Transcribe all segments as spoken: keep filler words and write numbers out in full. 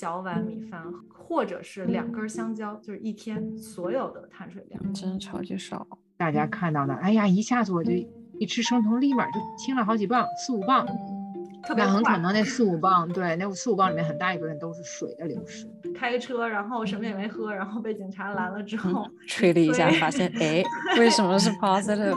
小碗米饭，或者是两根香蕉，就是一天所有的碳水量， 真的超级少。 大家看到的，哎呀，一下子我就一吃生酮，立马就轻了好几磅，四五磅。 特别那很可能那四五磅，对，那四五磅里面很大一部分都是水的流失。 开个车，然后什么也没喝，然后被警察拦了之后， 嗯、吹了一下，发现哎，为什么是 positive？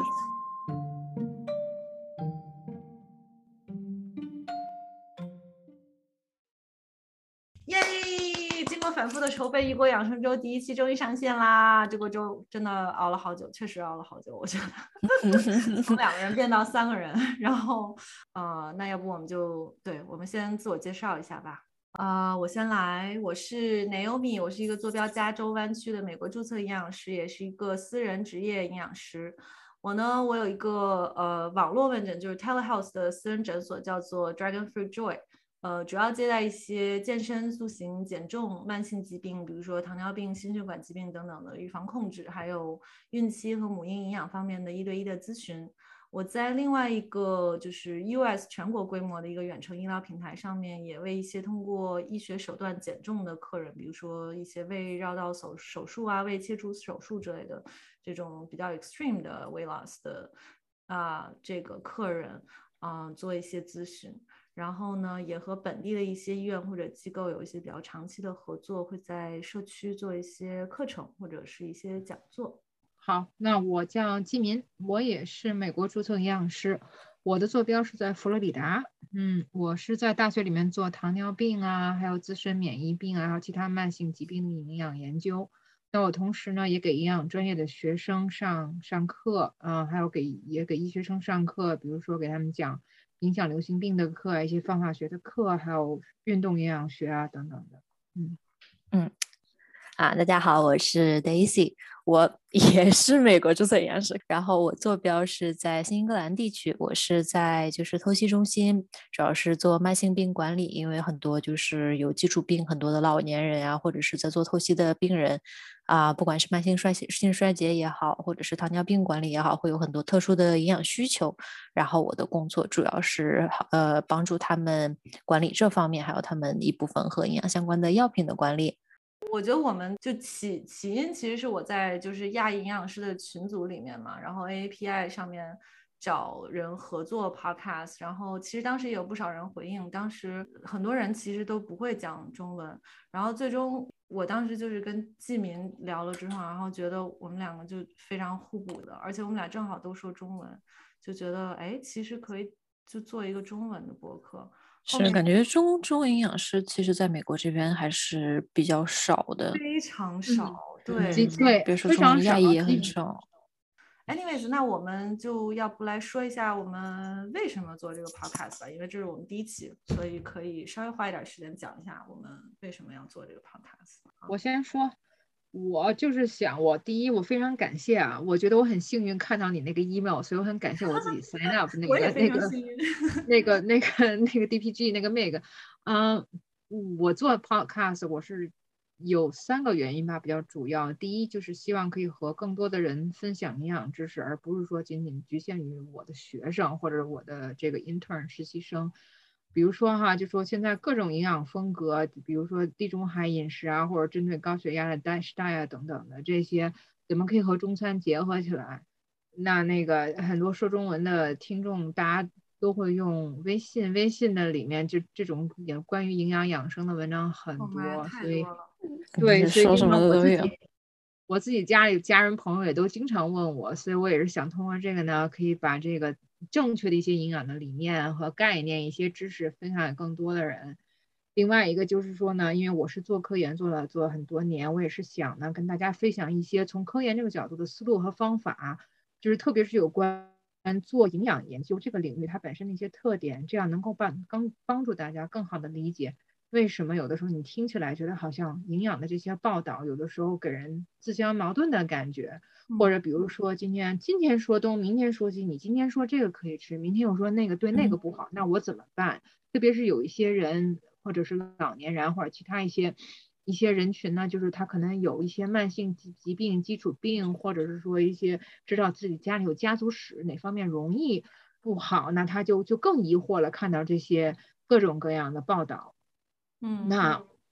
耶！经过反复的筹备，一锅养生粥第一期终于上线啦！这锅粥真的熬了好久，确实熬了好久，我觉得从两个人变到三个人。然后，呃，那要不我们就对我们先自我介绍一下吧。啊、呃，我先来，我是 Naomi， 我是一个坐标加州湾区的美国注册营养师，也是一个私人职业营养师。我呢，我有一个呃网络问诊，就是 telehealth 的私人诊所，叫做 Dragon Fruit Joy。呃，主要接待一些健身、塑形、减重、慢性疾病，比如说糖尿病、心血管疾病等等的预防控制，还有孕期和母婴营养方面的一对一的咨询。我在另外一个就是 U S 全国规模的一个远程医疗平台上面，也为一些通过医学手段减重的客人，比如说一些胃绕道手手术啊、胃切除手术之类的这种比较 extreme 的 weight loss 的啊、呃、这个客人啊、呃、做一些咨询。然后呢，也和本地的一些医院或者机构有一些比较长期的合作，会在社区做一些课程或者是一些讲座。 好，那我叫季民，我也是美国注册营养师，我的坐标是在佛罗里达。嗯，我是在大学里面做糖尿病啊，还有自身免疫病啊，还有其他慢性疾病的营养研究。那我同时呢，也给营养专业的学生上上课，啊、呃，还有给也给医学生上课，比如说给他们讲影响流行病的课，一些方法学的课，还有运动营养学啊等等的。嗯嗯，啊，大家好，我是 Daisy， 我也是美国注册营养师，然后我坐标是在新英格兰地区，我是在就是透析中心，主要是做慢性病管理，因为很多就是有基础病很多的老年人啊，或者是在做透析的病人啊，不管是慢性衰性衰竭也好，或者是糖尿病管理也好，会有很多特殊的营养需求，然后我的工作主要是呃帮助他们管理这方面，还有他们一部分和营养相关的药品的管理。 我觉得我们就起起因其实是我在就是亚裔营养师的群组里面嘛，然后 A A P I 上面找人合作 podcast， 然后其实当时也有不少人回应，当时很多人其实都不会讲中文，然后最终我当时就是跟季民聊了之后，然后觉得我们两个就非常互补的，而且我们俩正好都说中文，就觉得哎，其实可以就做一个中文的播客。 是感觉中中文营养师其实在美国这边还是比较少的， 非常少， 嗯、 对对， 别说非常少， 中文亚裔也很少。 anyways， 那我们就要不来说一下我们为什么做这个 podcast 吧，因为这是我们第一期，所以可以稍微花一点时间讲一下我们为什么要做这个 podcast。 我先说，我就是想，我第一，我非常感谢啊，我觉得我很幸运看到你那个 email，所以我很感谢我自己 sign up 那个那个那个那个那个 D P G 那个 Meg， 嗯，我做 podcast 我是有三个原因吧，比较主要。第一就是希望可以和更多的人分享营养知识，而不是说仅仅局限于我的学生或者我的这个 intern 实习生。比如说哈，就说现在各种营养风格，比如说地中海饮食啊，或者针对高血压的 DASH diet 等等的这些，怎么可以和中餐结合起来？那那个很多说中文的听众，大家都会用微信，微信的里面就这种也关于营养养生的文章很多，所以对，所以说什么的都有。 我自己家里家人朋友也都经常问我，所以我也是想通过这个呢，可以把这个正确的一些营养的理念和概念、一些知识分享给更多的人。另外一个就是说呢，因为我是做科研做了做了很多年，我也是想呢跟大家分享一些从科研这个角度的思路和方法，就是特别是有关做营养研究这个领域它本身的一些特点，这样能够帮帮帮助大家更好的理解为什么有的时候你听起来觉得好像营养的这些报道有的时候给人自相矛盾的感觉，或者比如说今天今天说东，明天说西，你今天说这个可以吃，明天又说那个对那个不好，那我怎么办？特别是有一些人或者是老年人或者其他一些一些人群呢，就是他可能有一些慢性疾病、基础病，或者是说一些知道自己家里有家族史哪方面容易不好，那他就就更疑惑了，看到这些各种各样的报道。 嗯， 那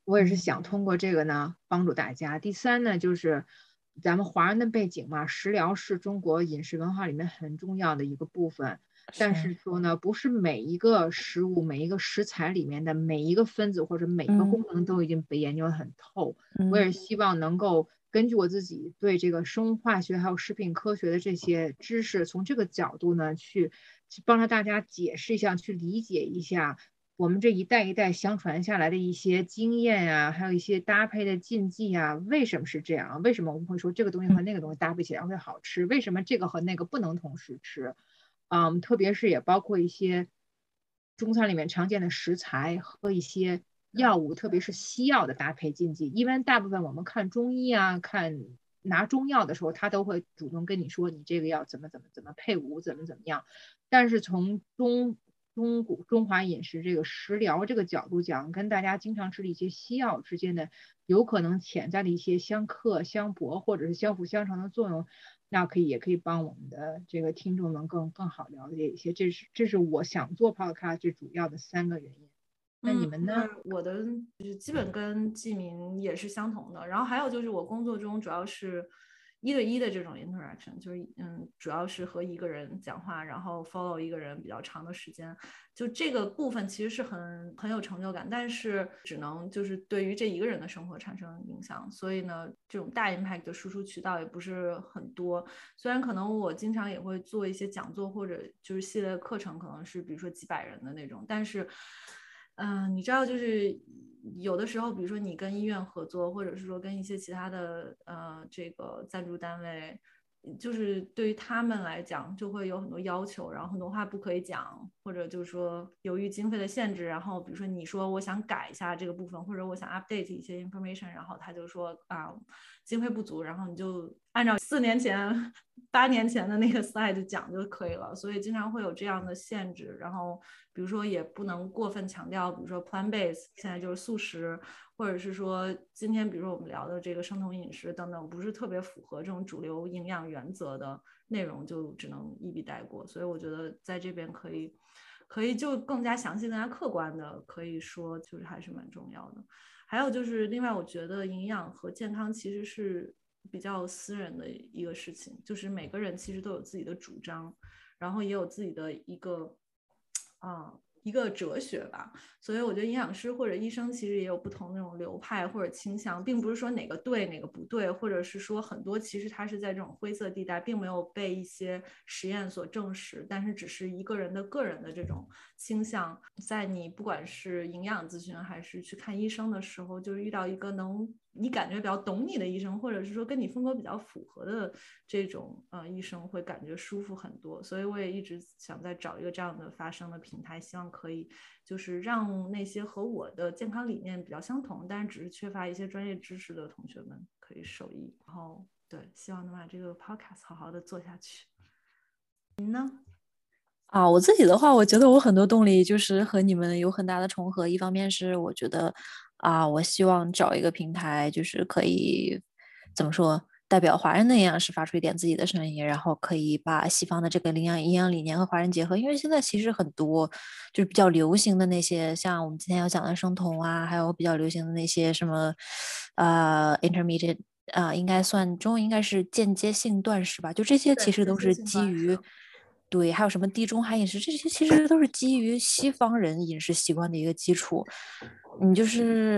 我也是想通过这个呢帮助大家。第三呢，就是咱们华人的背景嘛，食疗是中国饮食文化里面很重要的一个部分。但是说呢，不是每一个食物、每一个食材里面的每一个分子或者每一个功能都已经被研究得很透。 嗯、 我也是希望能够根据我自己对这个生物化学还有食品科学的这些知识，从这个角度呢，去去帮着大家解释一下，去理解一下我们这一代一代相传下来的一些经验啊，还有一些搭配的禁忌啊，为什么是这样？为什么我们会说这个东西和那个东西搭配起来会好吃？为什么这个和那个不能同时吃？嗯，特别是也包括一些中餐里面常见的食材和一些药物，特别是西药的搭配禁忌。一般大部分我们看中医啊，看拿中药的时候，他都会主动跟你说你这个药怎么怎么怎么配伍，怎么怎么样。但是从中中古中华饮食这个食疗这个角度讲，跟大家经常吃的一些西药之间的有可能潜在的一些相克相搏或者是相辅相成的作用，那可以也可以帮我们的这个听众能更更好了解一些。这是这是我想做 podcast 最主要的三个原因。那你们呢？ 嗯、我的就是基本跟季明也是相同的。然后还有就是我工作中主要是一对一的这种 interaction， 就是嗯，主要是和一个人讲话，然后 follow 一个人比较长的时间。就这个部分其实是很很有成就感，但是只能就是对于这一个人的生活产生影响。所以呢，这种大 impact 的输出渠道也不是很多。虽然可能我经常也会做一些讲座或者就是系列课程，可能是比如说几百人的那种，但是嗯、呃，你知道，就是有的时候，比如说你跟医院合作，或者是说跟一些其他的呃这个赞助单位，就是对于他们来讲，就会有很多要求，然后很多话不可以讲，或者就是说由于经费的限制，然后比如说你说我想改一下这个部分，或者我想 update 一些 information， 然后他就说啊经费不足，然后你就按照四年前、八年前的那个 slide 讲就可以了，所以经常会有这样的限制。然后比如说也不能过分强调，比如说 plant based 现在就是素食，或者是说今天比如说我们聊的这个生酮饮食等等，不是特别符合这种主流营养原则的内容，就只能一笔带过。所以我觉得在这边可以可以就更加详细、更加客观的可以说，就是还是蛮重要的。还有就是另外我觉得营养和健康其实是比较私人的一个事情，就是每个人其实都有自己的主张，然后也有自己的一个啊、呃、一个哲学吧。所以我觉得营养师或者医生其实也有不同那种流派或者倾向，并不是说哪个对哪个不对，或者是说很多其实它是在这种灰色地带，并没有被一些实验所证实，但是只是一个人的个人的这种倾向。在你不管是营养咨询还是去看医生的时候，就是遇到一个能你感觉比较懂你的医生，或者是说跟你风格比较符合的这种呃医生，会感觉舒服很多。所以我也一直想再找一个这样的发声的平台，希望可以就是让那些和我的健康理念比较相同，但是只是缺乏一些专业知识的同学们可以受益。然后对，希望能把这个 podcast 好好的做下去。你呢？ 啊，我自己的话，我觉得我很多动力就是和你们有很大的重合。一方面是我觉得啊，我希望找一个平台，就是可以怎么说，代表华人的营养师发出一点自己的声音，然后可以把西方的这个营养营养理念和华人结合。因为现在其实很多就是比较流行的那些，像我们今天要讲的生酮啊，还有比较流行的那些什么呃 intermediate 啊、呃，应该算中文应该是间接性断食吧，就这些其实都是基于。对，还有什么地中海饮食，这些其实都是基于西方人饮食习惯的一个基础。你就是，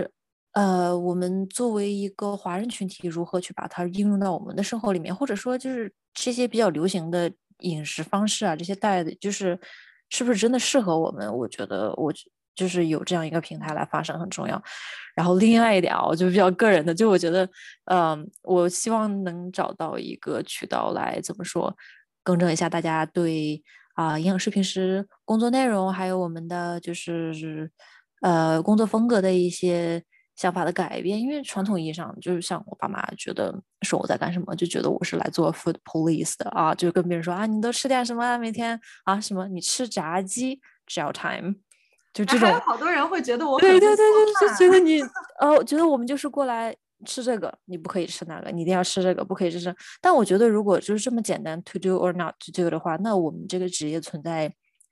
呃，我们作为一个华人群体，如何去把它应用到我们的生活里面，或者说就是这些比较流行的饮食方式啊，这些带的，就是是不是真的适合我们？我觉得我就是有这样一个平台来发声很重要。然后另外一点啊，我就比较个人的，就我觉得，嗯，我希望能找到一个渠道来怎么说。更正一下大家对啊、呃、营养师平时工作内容，还有我们的就是呃工作风格的一些想法的改变。因为传统意义上，就是像我爸妈觉得说我在干什么，就觉得我是来做 food police 的啊，就跟别人说啊，你都吃点什么啊？每天啊什么你吃炸鸡只要 time，就这种。 还有好多人会觉得我对对对对，就觉得你呃，觉得我们就是过来。吃这个你不可以吃那个，你一定要吃这个，不可以吃这。但我觉得如果就是这么简单 to do or not to do 的话，那我们这个职业存在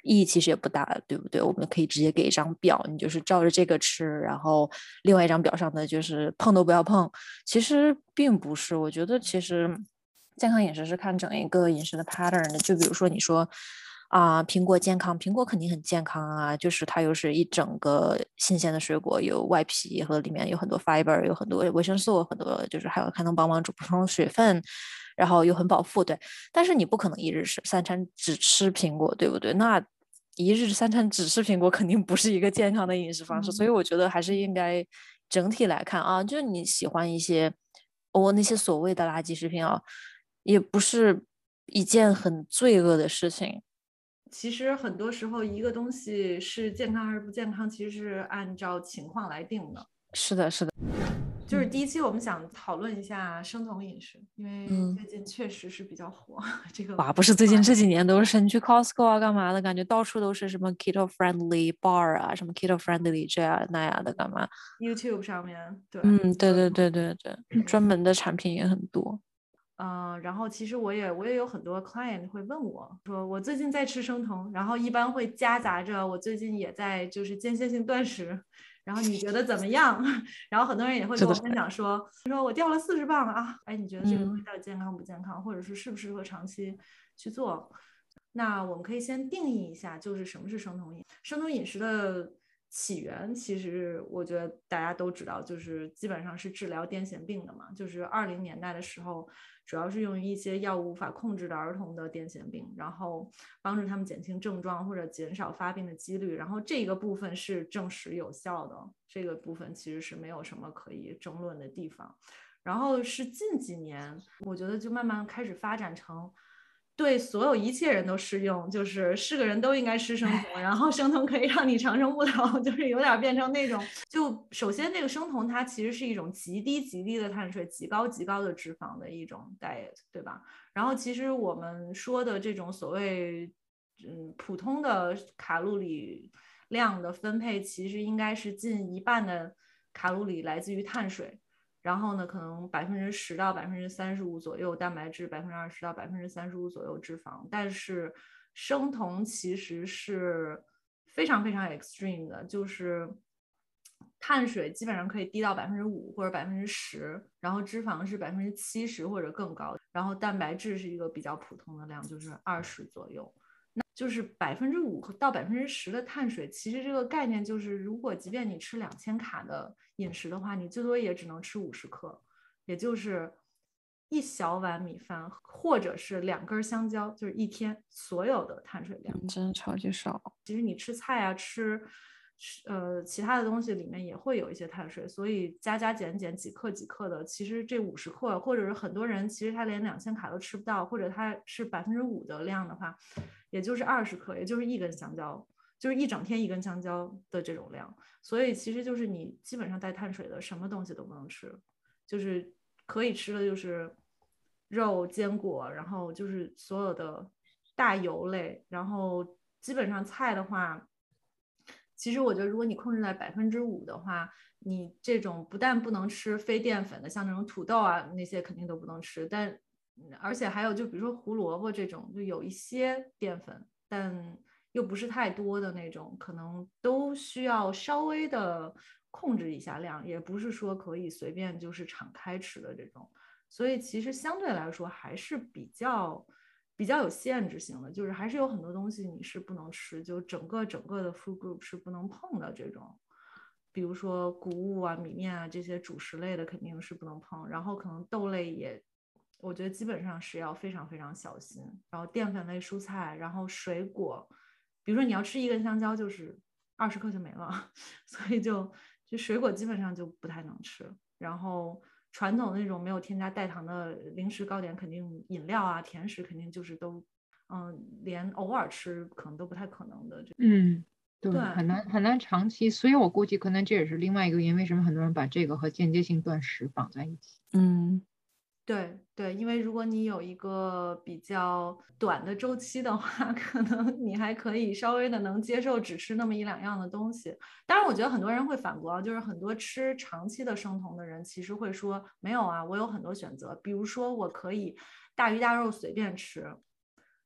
意义其实也不大，对不对？我们可以直接给一张表，你就是照着这个吃，然后另外一张表上的就是碰都不要碰。其实并不是，我觉得其实健康饮食是看整一个饮食的 pattern 的。就比如说你说啊，苹果健康，苹果肯定很健康啊，就是它又是一整个新鲜的水果，有外皮和里面有很多 fiber， 有很多维生素，很多就是还有还能帮忙补充水分，然后又很饱腹，对。但是你不可能一日三餐只吃苹果，对不对？那一日三餐只吃苹果肯定不是一个健康的饮食方式， 嗯、 所以我觉得还是应该整体来看啊，就是你喜欢一些哦那些所谓的垃圾食品啊，也不是一件很罪恶的事情。 其实很多时候，一个东西是健康还是不健康，其实是按照情况来定的。 是的，是的。 就是第一期我们想讨论一下生酮饮食，因为嗯最近确实是比较火。这个哇，不是最近这几年都是去 Costco 啊干嘛的，感觉到处都是什么 keto friendly bar 啊，什么 keto friendly 这样那样的干嘛？ YouTube 上面，对， 嗯，对对有对对对，专门的产品也很多。 嗯、呃然后其实我也我也有很多 client 会问我说，我最近在吃生酮，然后一般会夹杂着我最近也在就是间歇性断食，然后你觉得怎么样？然后很多人也会跟我分享说，说我掉了四十磅啊，哎，你觉得这个东西到底健康不健康，或者是适不适合长期去做？那我们可以先定义一下，就是什么是生酮饮。生酮饮食的起源，其实我觉得大家都知道，就是基本上是治疗癫痫病的嘛。就是二零年代的时候，主要是用于一些药物无法控制的儿童的癫痫病，然后帮助他们减轻症状或者减少发病的几率。然后这个部分是证实有效的，这个部分其实是没有什么可以争论的地方。然后是近几年，我觉得就慢慢开始发展成对所有一切人都适用，就是是个人都应该吃生酮，然后生酮可以让你长生不老，就是有点变成那种，就首先这个生酮它其实是一种极低极低的碳水，极高极高的脂肪的一种 diet， 对吧？然后其实我们说的这种所谓嗯普通的卡路里量的分配，其实应该是近一半的卡路里来自于碳水。然后呢，可能百分之十到百分之三十五左右蛋白质，百分之二十到百分之三十五左右脂肪。但是生酮其实是非常非常 extreme 的，就是碳水基本上可以低到百分之五或者百分之十，然后脂肪是百分之七十或者更高，然后蛋白质是一个比较普通的量，就是二十左右。就是百分之五到百分之十的碳水，其实这个概念就是，如果即便你吃两千卡的饮食的话，你最多也只能吃五十克，也就是一小碗米饭或者是两根香蕉，就是一天所有的碳水量。 真的超级少。 其实你吃菜啊，吃呃其他的东西里面也会有一些碳水，所以加加减减几克几克的，其实这五十克，或者是很多人其实他连两千卡都吃不到，或者他是百分之五的量的话，也就是二十克，也就是一根香蕉，就是一整天一根香蕉的这种量。所以其实就是你基本上带碳水的什么东西都不能吃，就是可以吃的就是肉、坚果，然后就是所有的大油类，然后基本上菜的话。其实我觉得，如果你控制在百分之五的话，你这种不但不能吃非淀粉的，像那种土豆啊那些肯定都不能吃，但而且还有就比如说胡萝卜这种，就有一些淀粉，但又不是太多的那种，可能都需要稍微的控制一下量，也不是说可以随便就是敞开吃的这种。所以其实相对来说还是比较。比较有限制性的，就是还是有很多东西你是不能吃，就整个整个的 food group 是不能碰的这种，比如说谷物啊、米面啊这些主食类的肯定是不能碰，然后可能豆类也，我觉得基本上是要非常非常小心，然后淀粉类蔬菜，然后水果，比如说你要吃一根香蕉就是二十克就没了，所以就就水果基本上就不太能吃，然后。传统那种没有添加代糖的零食糕点，肯定饮料啊、甜食肯定就是都，嗯，连偶尔吃可能都不太可能的。 嗯，对， 对， 很难很难长期，所以我估计可能这也是另外一个原因，为什么很多人把这个和间接性断食绑在一起。 嗯。 对对，因为如果你有一个比较短的周期的话，可能你还可以稍微的能接受只吃那么一两样的东西。当然，我觉得很多人会反驳啊，就是很多吃长期的生酮的人，其实会说没有啊，我有很多选择，比如说我可以大鱼大肉随便吃，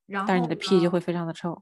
然后但是你的屁就会非常的臭。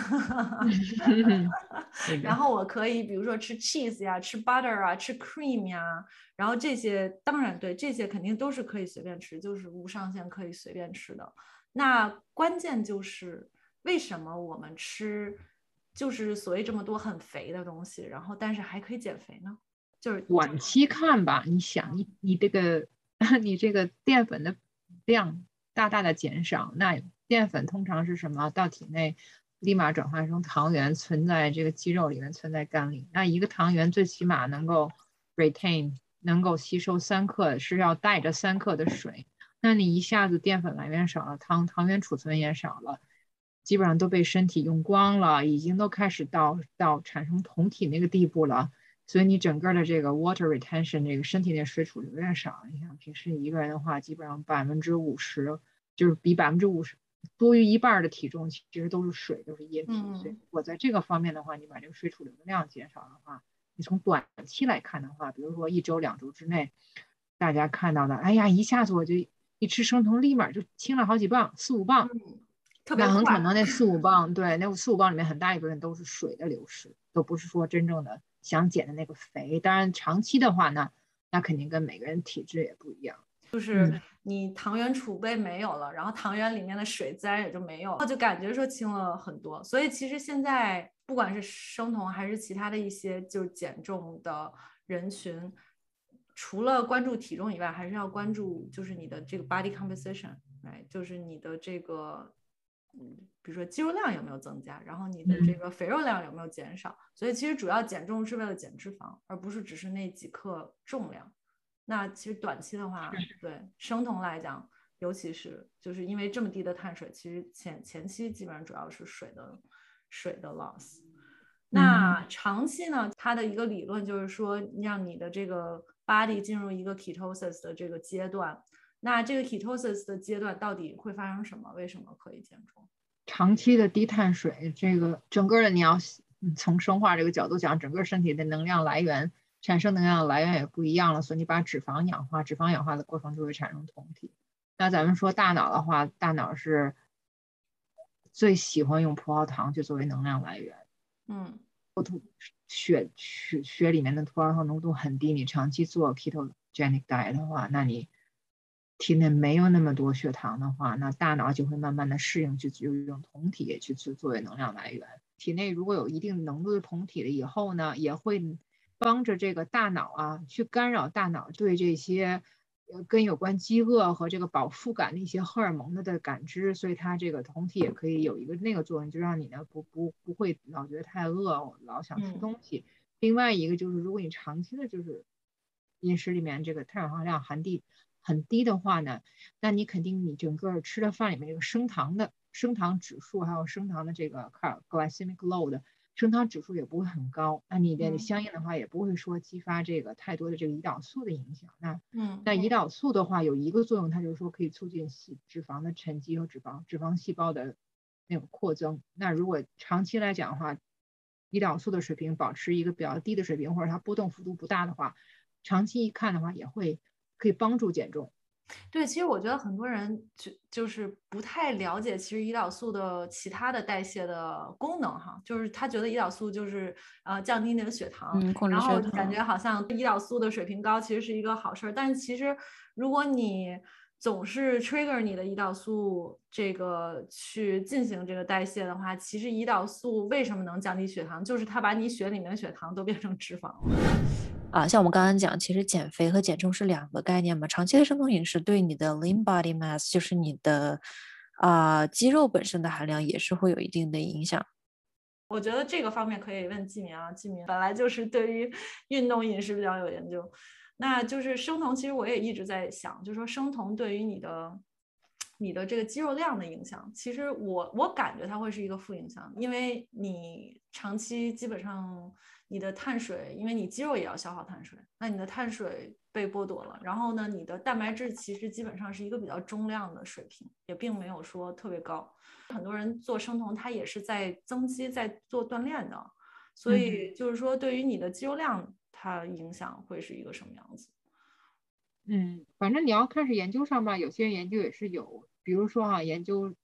然后我可以比如说吃 cheese 呀，吃 butter 啊，吃 cream 呀，然后这些当然对，这些肯定都是可以随便吃，就是无上限可以随便吃的。那关键就是为什么我们吃就是所谓这么多很肥的东西，然后但是还可以减肥呢？就是短期看吧，你想你你这个你这个淀粉的量大大的减少，那淀粉通常是什么？到体内立马转化成糖原，存在这个肌肉里面，存在肝里。那一个糖原最起码能够 retain， 能够吸收三克，是要带着三克的水。那你一下子淀粉来源少了，糖糖原储存也少了，基本上都被身体用光了，已经都开始到到产生酮体那个地步了。所以你整个的这个 water retention 这个身体内水储留量少。你想平时一个人的话，基本上百分之五十，就是比百分之五十多于一半的体重其实都是水，都是液体。 嗯、 所以我在这个方面的话，你把这个水储留的量减少的话，你从短期来看的话，比如说一周两周之内，大家看到的，哎呀，一下子我就一吃生酮立马就轻了好几磅，四五磅。 嗯特别那很可快能那四五磅，对，那四五磅里面很大一部分都是水的流失，都不是说真正的想减的那个肥。当然长期的话呢，那肯定跟每个人体质也不一样。 就是你糖原储备没有了，然后糖原里面的水自然也就没有了，就感觉说轻了很多。所以其实现在不管是生酮还是其他的一些就是减重的人群，除了关注体重以外，还是要关注就是你的这个 body composition， right？ 就是你的这个嗯，比如说肌肉量有没有增加，然后你的这个肥肉量有没有减少。所以其实主要减重是为了减脂肪，而不是只是那几克重量。那其实短期的话，对生酮来讲，尤其是就是因为这么低的碳水，其实前前期基本上主要是水的水的 loss。那长期呢，它的一个理论就是说，让你的这个 body 进入一个 ketosis 的这个阶段。那这个 ketosis 的阶段到底会发生什么？为什么可以减重？ 长期的低碳水，这个整个的你要从生化这个角度讲，整个身体的能量来源。产生能量的来源也不一样了，所以你把脂肪氧化，脂肪氧化的过程就会产生酮体。那咱们说大脑的话，大脑是最喜欢用葡萄糖去作为能量来源。 嗯， 血血血里面的葡萄糖浓度很低，你长期做 ketogenic diet 的话，那你体内没有那么多血糖的话，那大脑就会慢慢的适应，去用酮体去作为能量来源。体内如果有一定浓度的酮体了以后呢，也会帮着这个大脑啊，去干扰大脑对这些呃跟有关饥饿和这个饱腹感的一些荷尔蒙的的感知，所以它这个酮体也可以有一个那个作用，就让你呢不不不会老觉得太饿，老想吃东西。嗯、另外一个就是，如果你长期的就是饮食里面这个碳水化合物量含低很低的话呢，那你肯定你整个吃的饭里面这个升糖的升糖指数，还有升糖的这个 glycemic load。升糖指数也不会很高，那你的相应的话也不会说激发这个太多的这个胰岛素的影响。那嗯， 那胰岛素的话有一个作用，它就是说可以促进脂肪的沉积和脂肪脂肪细胞的那种扩增。那如果长期来讲的话，胰岛素的水平保持一个比较低的水平，或者它波动幅度不大的话，长期一看的话也会可以帮助减重。 对，其实我觉得很多人就就是不太了解，其实胰岛素的其他的代谢的功能哈，就是他觉得胰岛素就是呃降低那个血糖， 嗯，控制然后血糖， 感觉好像胰岛素的水平高其实是一个好事儿，但是其实如果你总是 trigger 你的胰岛素这个去进行这个代谢的话，其实胰岛素为什么能降低血糖，就是它把你血里面的血糖都变成脂肪了。 啊，像我们刚刚讲，其实减肥和减重是两个概念嘛。长期的生酮饮食对你的 lean body mass， 就是你的啊、呃、肌肉本身的含量也是会有一定的影响。 我觉得这个方面可以问季明啊，季明本来就是对于运动饮食比较有研究。那就是生酮，其实我也一直在想，就是说生酮对于你的你的这个肌肉量的影响，其实我我感觉它会是一个负影响，因为你长期基本上你的碳水，因为你肌肉也要消耗碳水，那你的碳水被剥夺了，然后呢，你的蛋白质其实基本上是一个比较中量的水平，也并没有说特别高。很多人做生酮，他也是在增肌，在做锻炼的，所以就是说对于你的肌肉量，它影响会是一个什么样子？ 嗯，反正你要看是研究上吧，有些研究也是有，比如说哈、啊，研究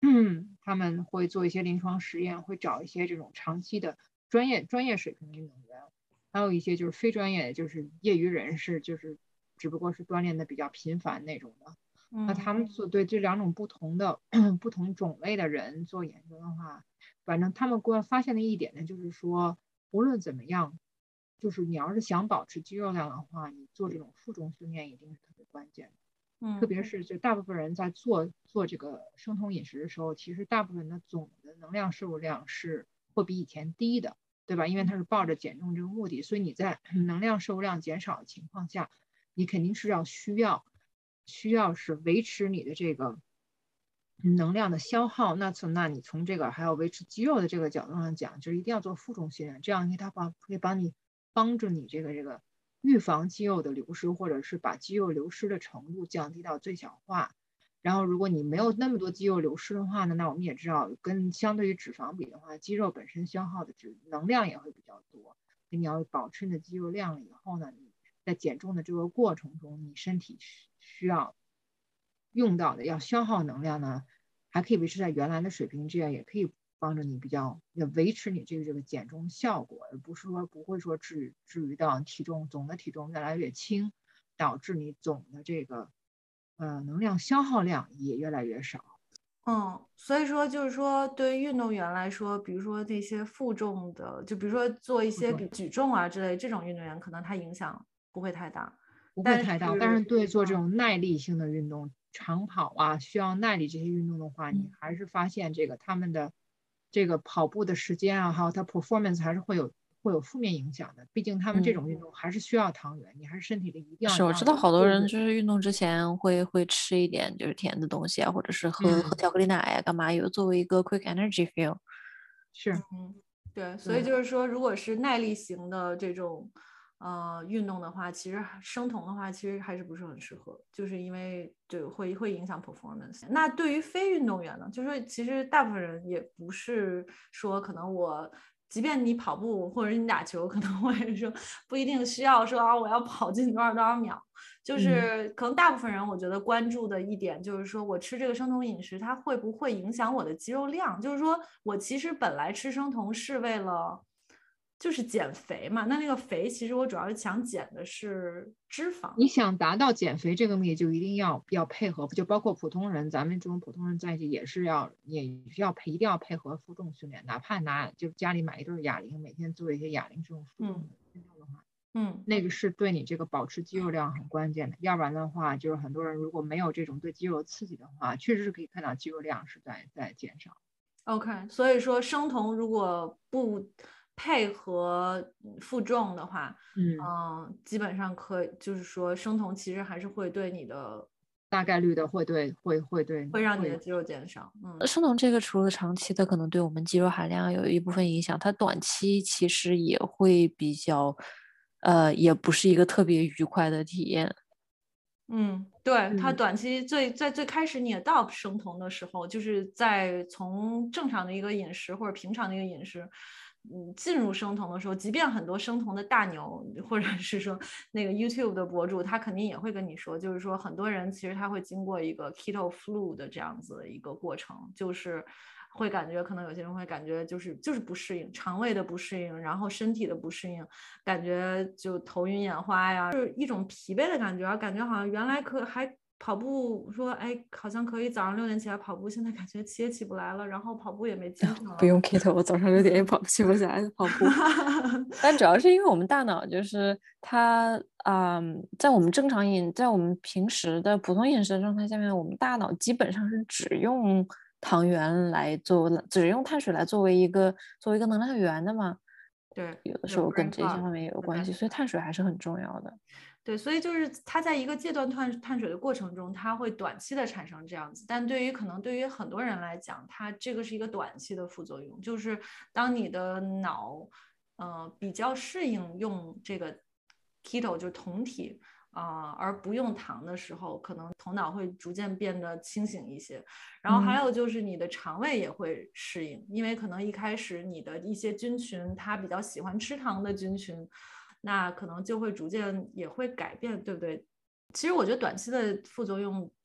嗯，他们会做一些临床实验，会找一些这种长期的专业专业水平的运动员，还有一些就是非专业，就是业余人士，就是只不过是锻炼的比较频繁那种的。那他们做对这两种不同的不同种类的人做研究的话，反正他们给我发现的一点呢，就是说无论怎么样，就是你要是想保持肌肉量的话，你做这种负重训练一定是特别关键的。 嗯， 特别是就大部分人在做做这个生酮饮食的时候，其实大部分的总的能量摄入量是会比以前低的，对吧？因为它是抱着减重这个目的，所以你在能量摄入量减少的情况下，你肯定是要需要需要是维持你的这个能量的消耗。那从那你从这个还有维持肌肉的这个角度上讲，就一定要做负重训练，这样它帮可以帮你帮助你这个这个预防肌肉的流失，或者是把肌肉流失的程度降低到最小化。然后如果你没有那么多肌肉流失的话呢，那我们也知道跟相对于脂肪比的话，肌肉本身消耗的脂能量也会比较多。你要保持你的肌肉量了以后呢，你在减重的这个过程中，你身体需要用到的要消耗能量呢，还可以维持在原来的水平，这样也可以帮助你比较维持你这个这个减重效果，而不是说不会说至至于到体重总的体重越来越轻，导致你总的这个呃能量消耗量也越来越少。 嗯，所以说就是说，对于运动员来说，比如说那些负重的，就比如说做一些比举重啊之类这种运动员，可能他影响不会太大， 不会太大。但是对做这种耐力性的运动，长跑啊，需要耐力这些运动的话， 嗯、 你还是发现这个他们的这个跑步的时间啊，还有他 performance 还是会有会有负面影响的。毕竟他们这种运动还是需要糖原，你还是身体里一定要。 是我知道好多人就是运动之前会会吃一点就是甜的东西啊，或者是喝、嗯、喝巧克力奶呀、啊，干嘛有作为一个 quick energy feel。 是， 嗯，对，所以就是说，如果是耐力型的这种呃运动的话，其实生酮的话，其实还是不是很适合，就是因为对会会影响 performance。那对于非运动员呢，就是说其实大部分人也不是说可能我。即便你跑步或者你打球，可能会说不一定需要说啊，我要跑进多少多少秒。就是可能大部分人，我觉得关注的一点就是说我吃这个生酮饮食，它会不会影响我的肌肉量？就是说我其实本来吃生酮是为了就是减肥嘛，那那个肥其实我主要想减的是脂肪。 你想达到减肥这个目的，就一定要要配合，就包括普通人，咱们这种普通人在一起也是要也需要配，一定要配合负重训练，哪怕拿就家里买一对哑铃，每天做一些哑铃这种负重运动的话， 嗯， 那个是对你这个保持肌肉量很关键的。要不然的话，就是很多人如果没有这种对肌肉刺激的话，确实是可以看到肌肉量是在在减少。 OK，所以说生酮如果不配合负重的话， 嗯、 呃，基本上可以，就是说生酮其实还是会对你的大概率的会对会会对会让你的肌肉减少。嗯， 生酮这个除了长期的可能对我们肌肉含量有一部分影响，它短期其实也会比较，呃，也不是一个特别愉快的体验。 嗯，对，它短期最在最开始你 adopt 生酮的时候，就是在从正常的一个饮食或者平常的一个饮食，嗯，进入生酮的时候，即便很多生酮的大牛或者是说那个 YouTube 的博主，他肯定也会跟你说，就是说很多人其实他会经过一个 keto flu 的这样子的一个过程，就是会感觉可能有些人会感觉就是就是不适应，肠胃的不适应，然后身体的不适应，感觉就头晕眼花呀，就是一种疲惫的感觉，感觉好像原来可还跑步说哎好像可以早上六点起来跑步，现在感觉起也起不来了，然后跑步也没精神了。 不用 keto， 我早上六点也跑起不起来跑步。但主要是因为我们大脑就是它啊、嗯，在我们正常饮，在我们平时的普通饮食的状态下面，我们大脑基本上是只用糖原来做，只用碳水来作为一个作为一个能量源的嘛。 对， 有的时候跟这些方面也有关系，所以碳水还是很重要的。 对，所以就是它在一个戒断碳碳水的过程中，它会短期的产生这样子，但对于可能对于很多人来讲，它这个是一个短期的副作用，就是当你的脑呃比较适应用这个 keto 就是酮体啊、呃，而不用糖的时候，可能头脑会逐渐变得清醒一些。然后还有就是你的肠胃也会适应，因为可能一开始你的一些菌群它比较喜欢吃糖的菌群。那可能就会逐渐也会改变，对不对？其实我觉得短期的副作用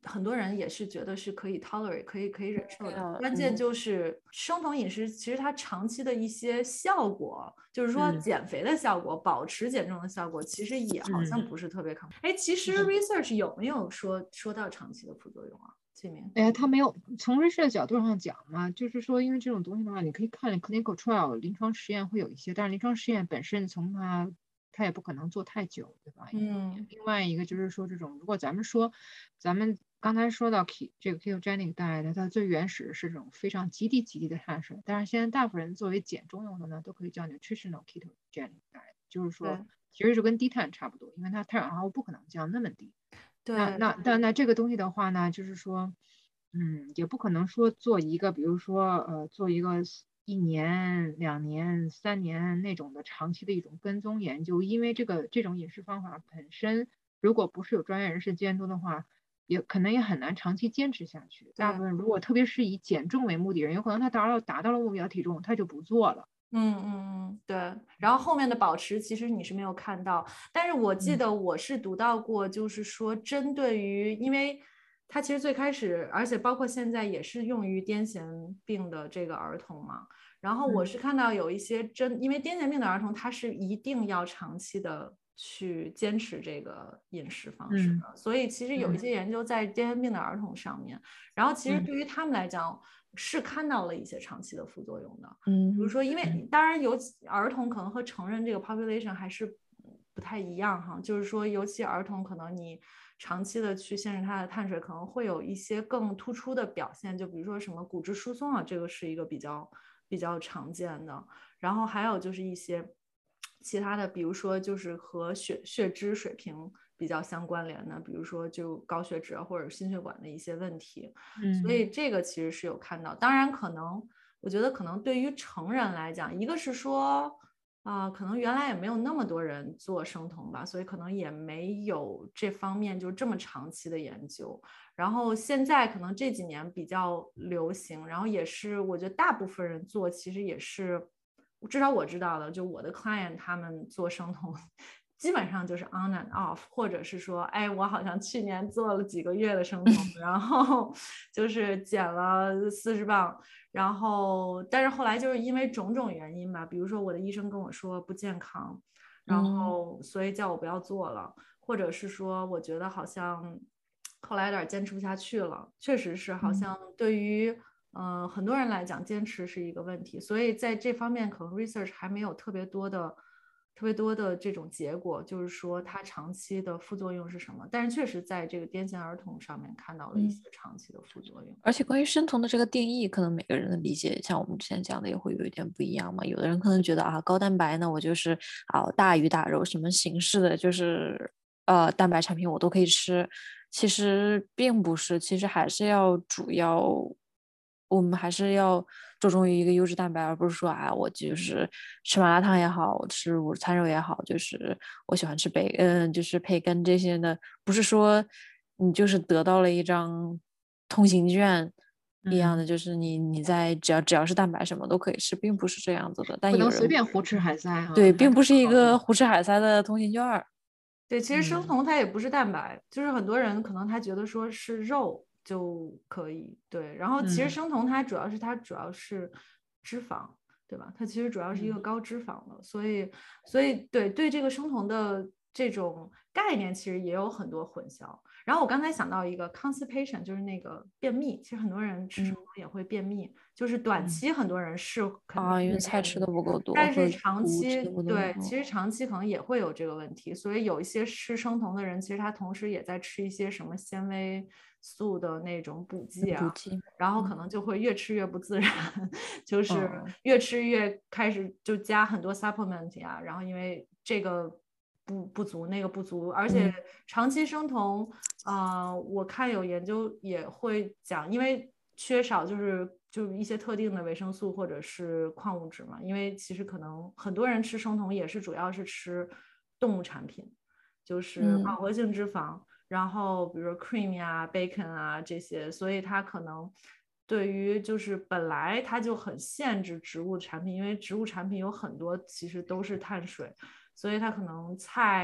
很多人也是觉得是可以 tolerate 可以可以忍受的， 嗯关键就是生酮饮食其实它长期的一些效果，就是说嗯减肥的效果、保持减重的效果，其实也好像不是特别靠谱。哎，其实 research 有没有说说到长期的副作用啊？这面哎，他没有从 research 角度上讲嘛，就是说，因为这种东西的话，你可以看 clinical trial 临床实验会有一些，但是临床实验本身从它它也不可能做太久，对吧？ 嗯， 另外一个就是说，这种如果咱们说，咱们刚才说到 ke 这个 ketogenic diet，它最原始是这种非常极低极低的碳水，但是现在大部分人作为减重用的呢，都可以叫 nutritional ketogenic diet，就是说对其实就跟低碳差不多，因为它碳水化合物不可能降那么低。那对， 那那那这个东西的话呢，就是说，嗯，也不可能说做一个，比如说呃，做一个一年、两年、三年那种的长期的一种跟踪研究，因为这个这种饮食方法本身，如果不是有专业人士监督的话，也可能也很难长期坚持下去。大部分如果特别是以减重为目的人，有可能他达到达到了目标体重，他就不做了。 嗯嗯嗯，对。然后后面的保持其实你是没有看到，但是我记嗯得我是读到过，就是说针对于，因为它其实最开始，而且包括现在也是用于癫痫病的这个儿童嘛。然后我嗯是看到有一些真，因为癫痫病的儿童他是一定要长期的去坚持这个饮食方式嗯的，所以其实有一嗯些研究在癫痫病的儿童上面，然后其实嗯对于他们来讲是看到了一些长期的副作用的。比如嗯说，因为嗯当然有儿童可能和成人这个 population 还是不太一样哈，就是说，尤其儿童可能你长期的去限制他的碳水，可能会有一些更突出的表现，就比如说什么骨质疏松啊，这个是一个比较比较常见的。然后还有就是一些其他的，比如说就是和血血脂水平比较相关联的，比如说就高血脂或者心血管的一些问题。所嗯以这个其实是有看到，当然可能。我觉得可能对于成人来讲，一个是说，啊、呃，可能原来也没有那么多人做生酮吧，所以可能也没有这方面就这么长期的研究。然后现在可能这几年比较流行，然后也是我觉得大部分人做，其实也是，至少我知道的，就我的 client 他们做生酮。基本上就是 on and off， 或者是说，哎，我好像去年做了几个月的生酮，然后就是减了四十磅，然后但是后来就是因为种种原因吧，比如说我的医生跟我说不健康，然后所以叫我不要做了，或者是说我觉得好像后来有点坚持不下去了，确实是好像对于嗯、呃、很多人来讲坚持是一个问题，所以在这方面可能 research 还没有特别多的。特别多的这种结果，就是说它长期的副作用是什么？但是确实在这个癫痫儿童上面看到了一些长期的副作用。 而且关于生酮的这个定义，可能每个人的理解，像我们之前讲的也会有一点不一样嘛。有的人可能觉得啊，高蛋白呢，我就是啊大鱼大肉，什么形式的，就是呃蛋白产品我都可以吃。其实并不是，其实还是要主要。我们还是要注重于一个优质蛋白，而不是说啊，我就是吃麻辣烫也好，吃午餐肉也好，就是我喜欢吃培，嗯，就是培根这些的，不是说你就是得到了一张通行券一样的， 嗯， 就是你你在只要只要是蛋白什么都可以吃，并不是这样子的。但不能有人随便胡吃海塞啊， 对， 还是并不是一考虑个胡吃海塞的通行券儿。 对，其实生嗯酮它也不是蛋白，就是很多人可能他觉得说是肉就可以，对。然后其实嗯生酮它主要是它主要是脂肪，对吧？它其实主要是一个嗯高脂肪的，所以所以对对这个生酮的这种概念其实也有很多混淆。然后我刚才想到一个 constipation，就是那个便秘，其实很多人吃生酮也会便秘，就是短期很多人是肯定啊，因为会菜吃的便秘。 不够多， 但是和长期油吃的不够对， 多。 其实长期可能也会有这个问题，所以有一些吃生酮的人，其实他同时也在吃一些什么纤维素的那种补剂啊， 补剂， 然后可能就会越吃越不自然，就是嗯越吃越开始就加很多 supplement 呀，然后因为这个不不足那个不足，而且嗯长期生酮，啊、呃，我看有研究也会讲，因为缺少就是就是一些特定的维生素或者是矿物质嘛，因为其实可能很多人吃生酮也是主要是吃动物产品，就是嗯饱和性脂肪，然后比如说 cream 呀、bacon 啊这些，所以它可能对于就是本来它就很限制植物产品，因为植物产品有很多其实都是碳水，所以它可能菜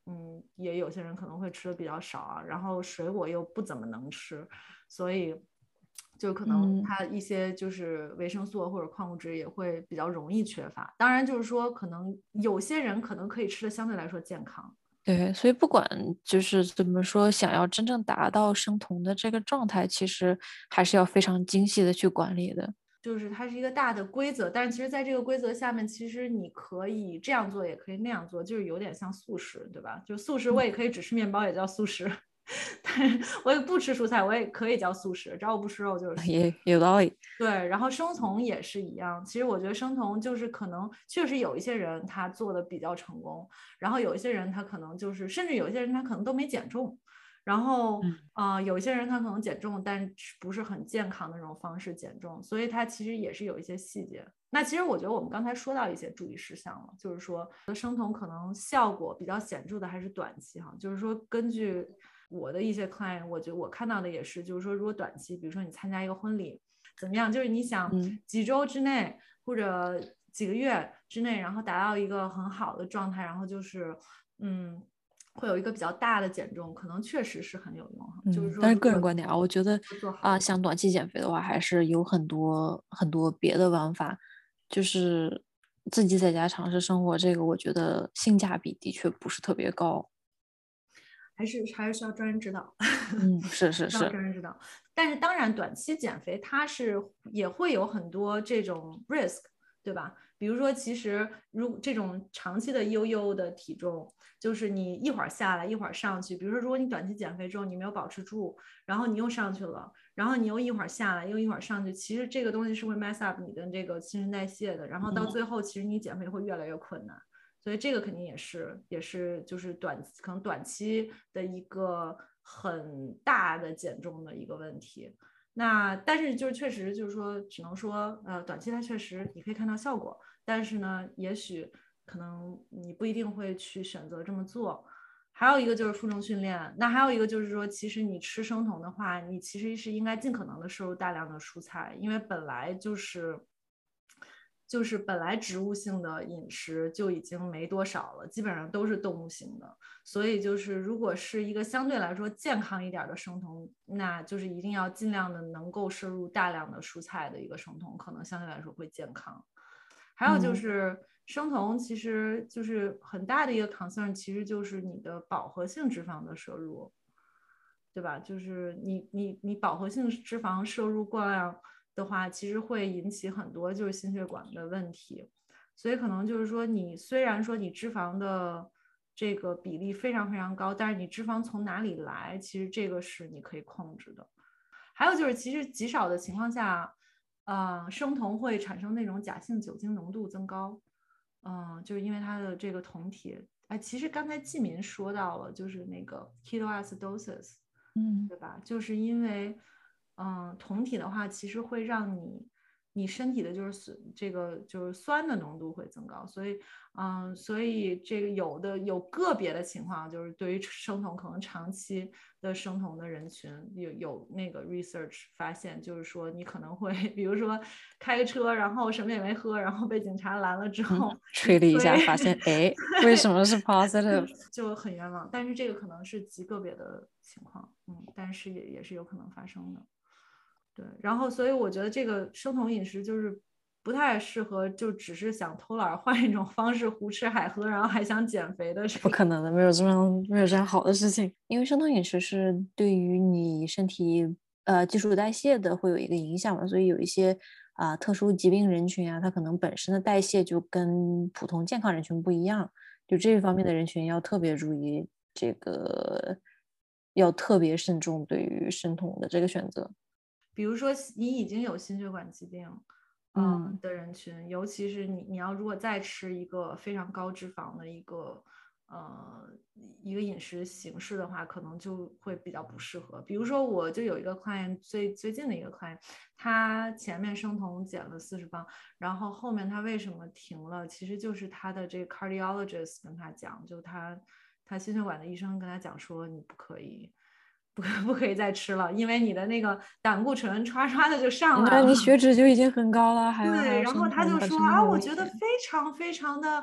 嗯，也有些人可能会吃的比较少啊，然后水果又不怎么能吃，所以就可能嗯， 它一些就是维生素或者矿物质也会比较容易缺乏。当然，就是说可能有些人可能可以吃的相对来说健康。 对，所以不管就是怎么说，想要真正达到生酮的这个状态，其实还是要非常精细的去管理的。 就是它是一个大的规则，但是其实在这个规则下面，其实你可以这样做，也可以那样做，就是有点像素食，对吧？就素食我也可以只吃面包，也叫素食，但是我也不吃蔬菜，我也可以叫素食，只要我不吃肉就是素食。 也有道理。 对，然后生酮也是一样。其实我觉得生酮就是可能确实有一些人他做的比较成功，然后有一些人他可能就是甚至有一些人他可能都没减重，然后嗯呃有一些人他可能减重，但是不是很健康的那种方式减重，所以他其实也是有一些细节。那其实我觉得我们刚才说到一些注意事项了，就是说生酮可能效果比较显著的还是短期哈，就是说根据我的一些 client，我觉得我看到的也是，就是说如果短期，比如说你参加一个婚礼。怎么样？就是你想嗯几周之内或者几个月之内，然后达到一个很好的状态，然后就是嗯，会有一个比较大的减重，可能确实是很有用哈。就是嗯，但是说如果个人观点啊，我觉得啊， 做好的， 想短期减肥的话，还是有很多很多别的方法，就是自己在家尝试生活，这个我觉得性价比的确不是特别高。 还是还是需要专人指导。 嗯，是是需要是。 专人指导。但是当然，短期减肥它是也会有很多这种 risk，对吧？比如说，其实如这种长期的悠悠的体重，就是你一会儿下来一会儿上去。比如说，如果你短期减肥之后你没有保持住，然后你又上去了，然后你又一会儿下来又一会儿上去，其实这个东西是会 mess up 你的这个新陈代谢的。然后到最后，其实你减肥会越来越困难。所以这个肯定也是也是就是短可能短期的一个很大的减重的一个问题。那但是就是确实就是说，只能说呃短期它确实你可以看到效果，但是呢，也许可能你不一定会去选择这么做。还有一个就是负重训练，那还有一个就是说，其实你吃生酮的话，你其实是应该尽可能的摄入大量的蔬菜，因为本来就是。就是本来植物性的饮食就已经没多少了，基本上都是动物性的，所以就是如果是一个相对来说健康一点的生酮，那就是一定要尽量的能够摄入大量的蔬菜的一个生酮，可能相对来说会健康。还有就嗯是生酮，其实就是很大的一个 concern，其实就是你的饱和性脂肪的摄入，对吧？就是你你你饱和性脂肪摄入过量的话，其实会引起很多就是心血管的问题。所以可能就是说，你虽然说你脂肪的这个比例非常非常高，但是你脂肪从哪里来，其实这个是你可以控制的。还有就是，其实极少的情况下，呃，生酮会产生那种假性酒精浓度增高，嗯、呃，就是因为它的这个酮体。哎，其实刚才季民说到了，就是那个 ketoacidosis， 嗯对吧？就是因为，嗯，酮体的话，其实会让你你身体的就是这个就是酸的浓度会增高，所以，嗯，所以这个有的有个别的情况，就是对于生酮可能长期的生酮的人群有有那个 research 发现，就是说你可能会比如说开个车，然后什么也没喝，然后被警察拦了之嗯， 后一吹了一下， 推， 发现哎，为什么是 positive？ 就很冤枉。但是这个可能是极个别的情况，嗯，但是也也是有可能发生的。对，然后所以我觉得这个生酮饮食就是不太适合，就只是想偷懒换一种方式胡吃海喝，然后还想减肥的这个。 不可能的，没有这样没有这样好的事情。因为生酮饮食是对于你身体呃基础代谢的会有一个影响嘛，所以有一些啊、特殊疾病人群啊，他可能本身的代谢就跟普通健康人群不一样，就这一方面的人群要特别注意这个，要特别慎重对于生酮的这个选择。 比如说你已经有心血管疾病，呃嗯的人群，尤其是你你要如果再吃一个非常高脂肪的一个呃一个饮食形式的话，可能就会比较不适合。比如说我就有一个 client，最最近的一个 client，他前面生酮减了四十磅，然后后面他为什么停了？其实就是他的这个 cardiologist 跟他讲，就他他心血管的医生跟他讲说，你不可以。不不可以再吃了，因为你的那个胆固醇唰唰的就上来了。 那你血脂就已经很高了，还要还对， 要然后生酮， 他就说啊， 本身就很我危险。 觉得非常非常的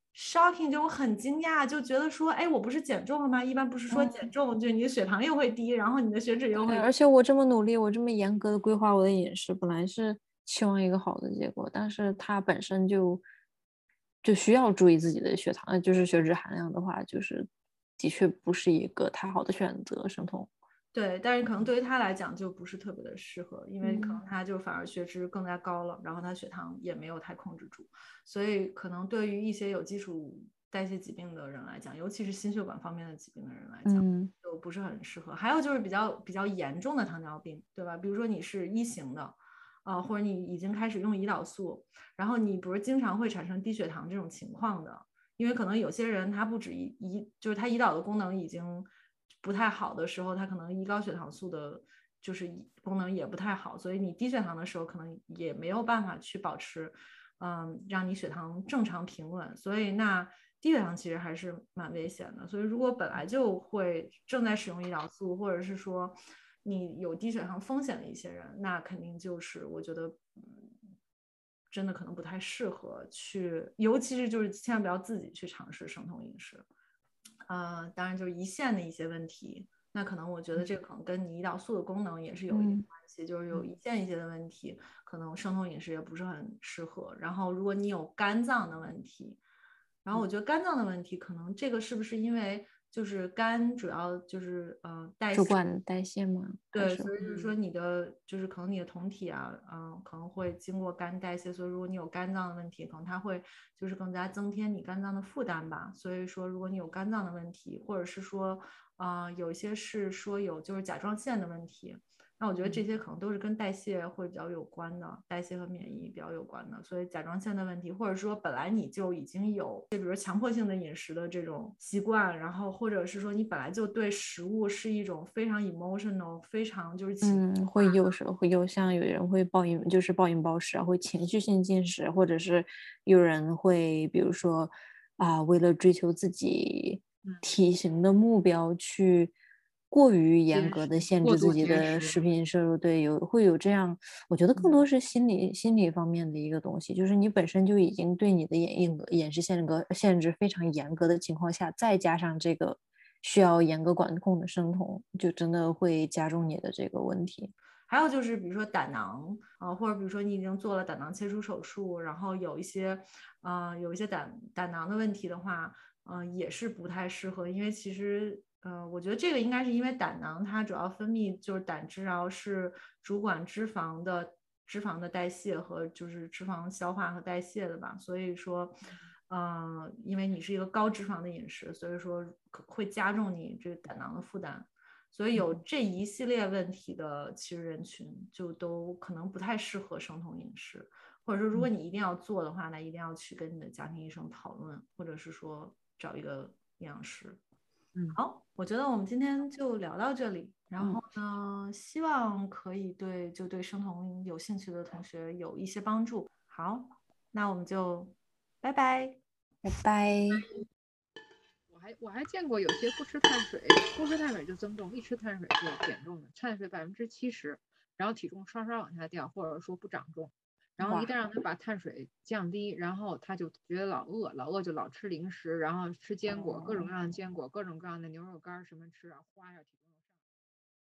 shocking，就我很惊讶，就觉得说，哎，我不是减重了吗？一般不是说减重就你的血糖又会低，然后你的血脂又会低。 而且我这么努力，我这么严格的规划我的饮食，本来是期望一个好的结果，但是它本身就就需要注意自己的血糖，呃就是血脂含量的话，就是的确不是一个太好的选择，生酮。 对，但是可能对于他来讲就不是特别的适合，因为可能嗯他就反而血脂更加高了，然后他血糖也没有太控制住，所以可能对于一些有基础代谢疾病的人来讲，尤其是心血管方面的疾病的人来讲， 嗯就不是很适合。还有就是比较比较严重的糖尿病，对吧？比如说你是一型的，呃，或者你已经开始用胰岛素，然后你不是经常会产生低血糖这种情况的，因为可能有些人他不止胰胰，就是他胰岛的功能已经不太好的时候，他可能胰高血糖素的就是功能也不太好，所以你低血糖的时候可能也没有办法去保持，嗯，让你血糖正常平稳，所以那低血糖其实还是蛮危险的。所以如果本来就会正在使用胰岛素，或者是说你有低血糖风险的一些人，那肯定就是我觉得。嗯真的可能不太适合去，尤其是就是千万不要自己去尝试生酮饮食。呃，当然就是胰腺的一些问题，那可能我觉得这个可能跟你胰岛素的功能也是有一定嗯关系，就是有胰腺一些的问题，可能生酮饮食也不是很适合。然后如果你有肝脏的问题，然后我觉得肝脏的问题可能这个是不是因为就是肝主要就是呃代谢。 主管代谢吗？还对， 是所以就是说你的就是可能你的酮体啊，嗯，可能会经过肝代谢，所以如果你有肝脏的问题，可能它会就是更加增添你肝脏的负担吧。所以说，如果你有肝脏的问题，或者是说，啊、呃有一些是说有就是甲状腺的问题，那我觉得这些可能都是跟代谢会比较有关的，代谢和免疫比较有关的。所以甲状腺的问题，或者说本来你就已经有，就比如强迫性的饮食的这种习惯，然后或者是说你本来就对食物是一种非常 emotional，非常就是情嗯，会有时候会有像有人会暴饮，就是暴饮暴食啊，会情绪性进食，或者是有人会比如说啊，为了追求自己体型的目标去过于严格的限制自己的食品摄入，对，有会有这样，我觉得更多是心理心理方面的一个东西，就是你本身就已经对你的饮饮饮食限格限制非常严格的情况下，再加上这个需要严格管控的生酮，就真的会加重你的这个问题。 还有就是，比如说胆囊啊、呃，或者比如说你已经做了胆囊切除手术，然后有一些，呃，有一些胆胆囊的问题的话，嗯、呃，也是不太适合，因为其实，呃，我觉得这个应该是因为胆囊它主要分泌就是胆汁，然后是主管脂肪的脂肪的代谢和就是脂肪消化和代谢的吧，所以说，嗯、呃，因为你是一个高脂肪的饮食，所以说会加重你这个胆囊的负担。所以有这一系列问题的其实人群就都可能不太适合生酮饮食，或者说如果你一定要做的话，那一定要去跟你的家庭医生讨论，或者是说找一个营养师。 嗯， 好，我觉得我们今天就聊到这里，然后呢，希望可以对就对生酮有兴趣的同学有一些帮助。好，那我们就拜拜， 拜拜。 我还我还见过有些不吃碳水，不吃碳水就增重，一吃碳水就减重的，碳水百分之七十，然后体重刷刷往下掉，或者说不长重。然后一旦让他把碳水降低，然后他就觉得老饿，老饿就老吃零食，然后吃坚果，各种各样的坚果，各种各样的牛肉干什么吃啊，花呀。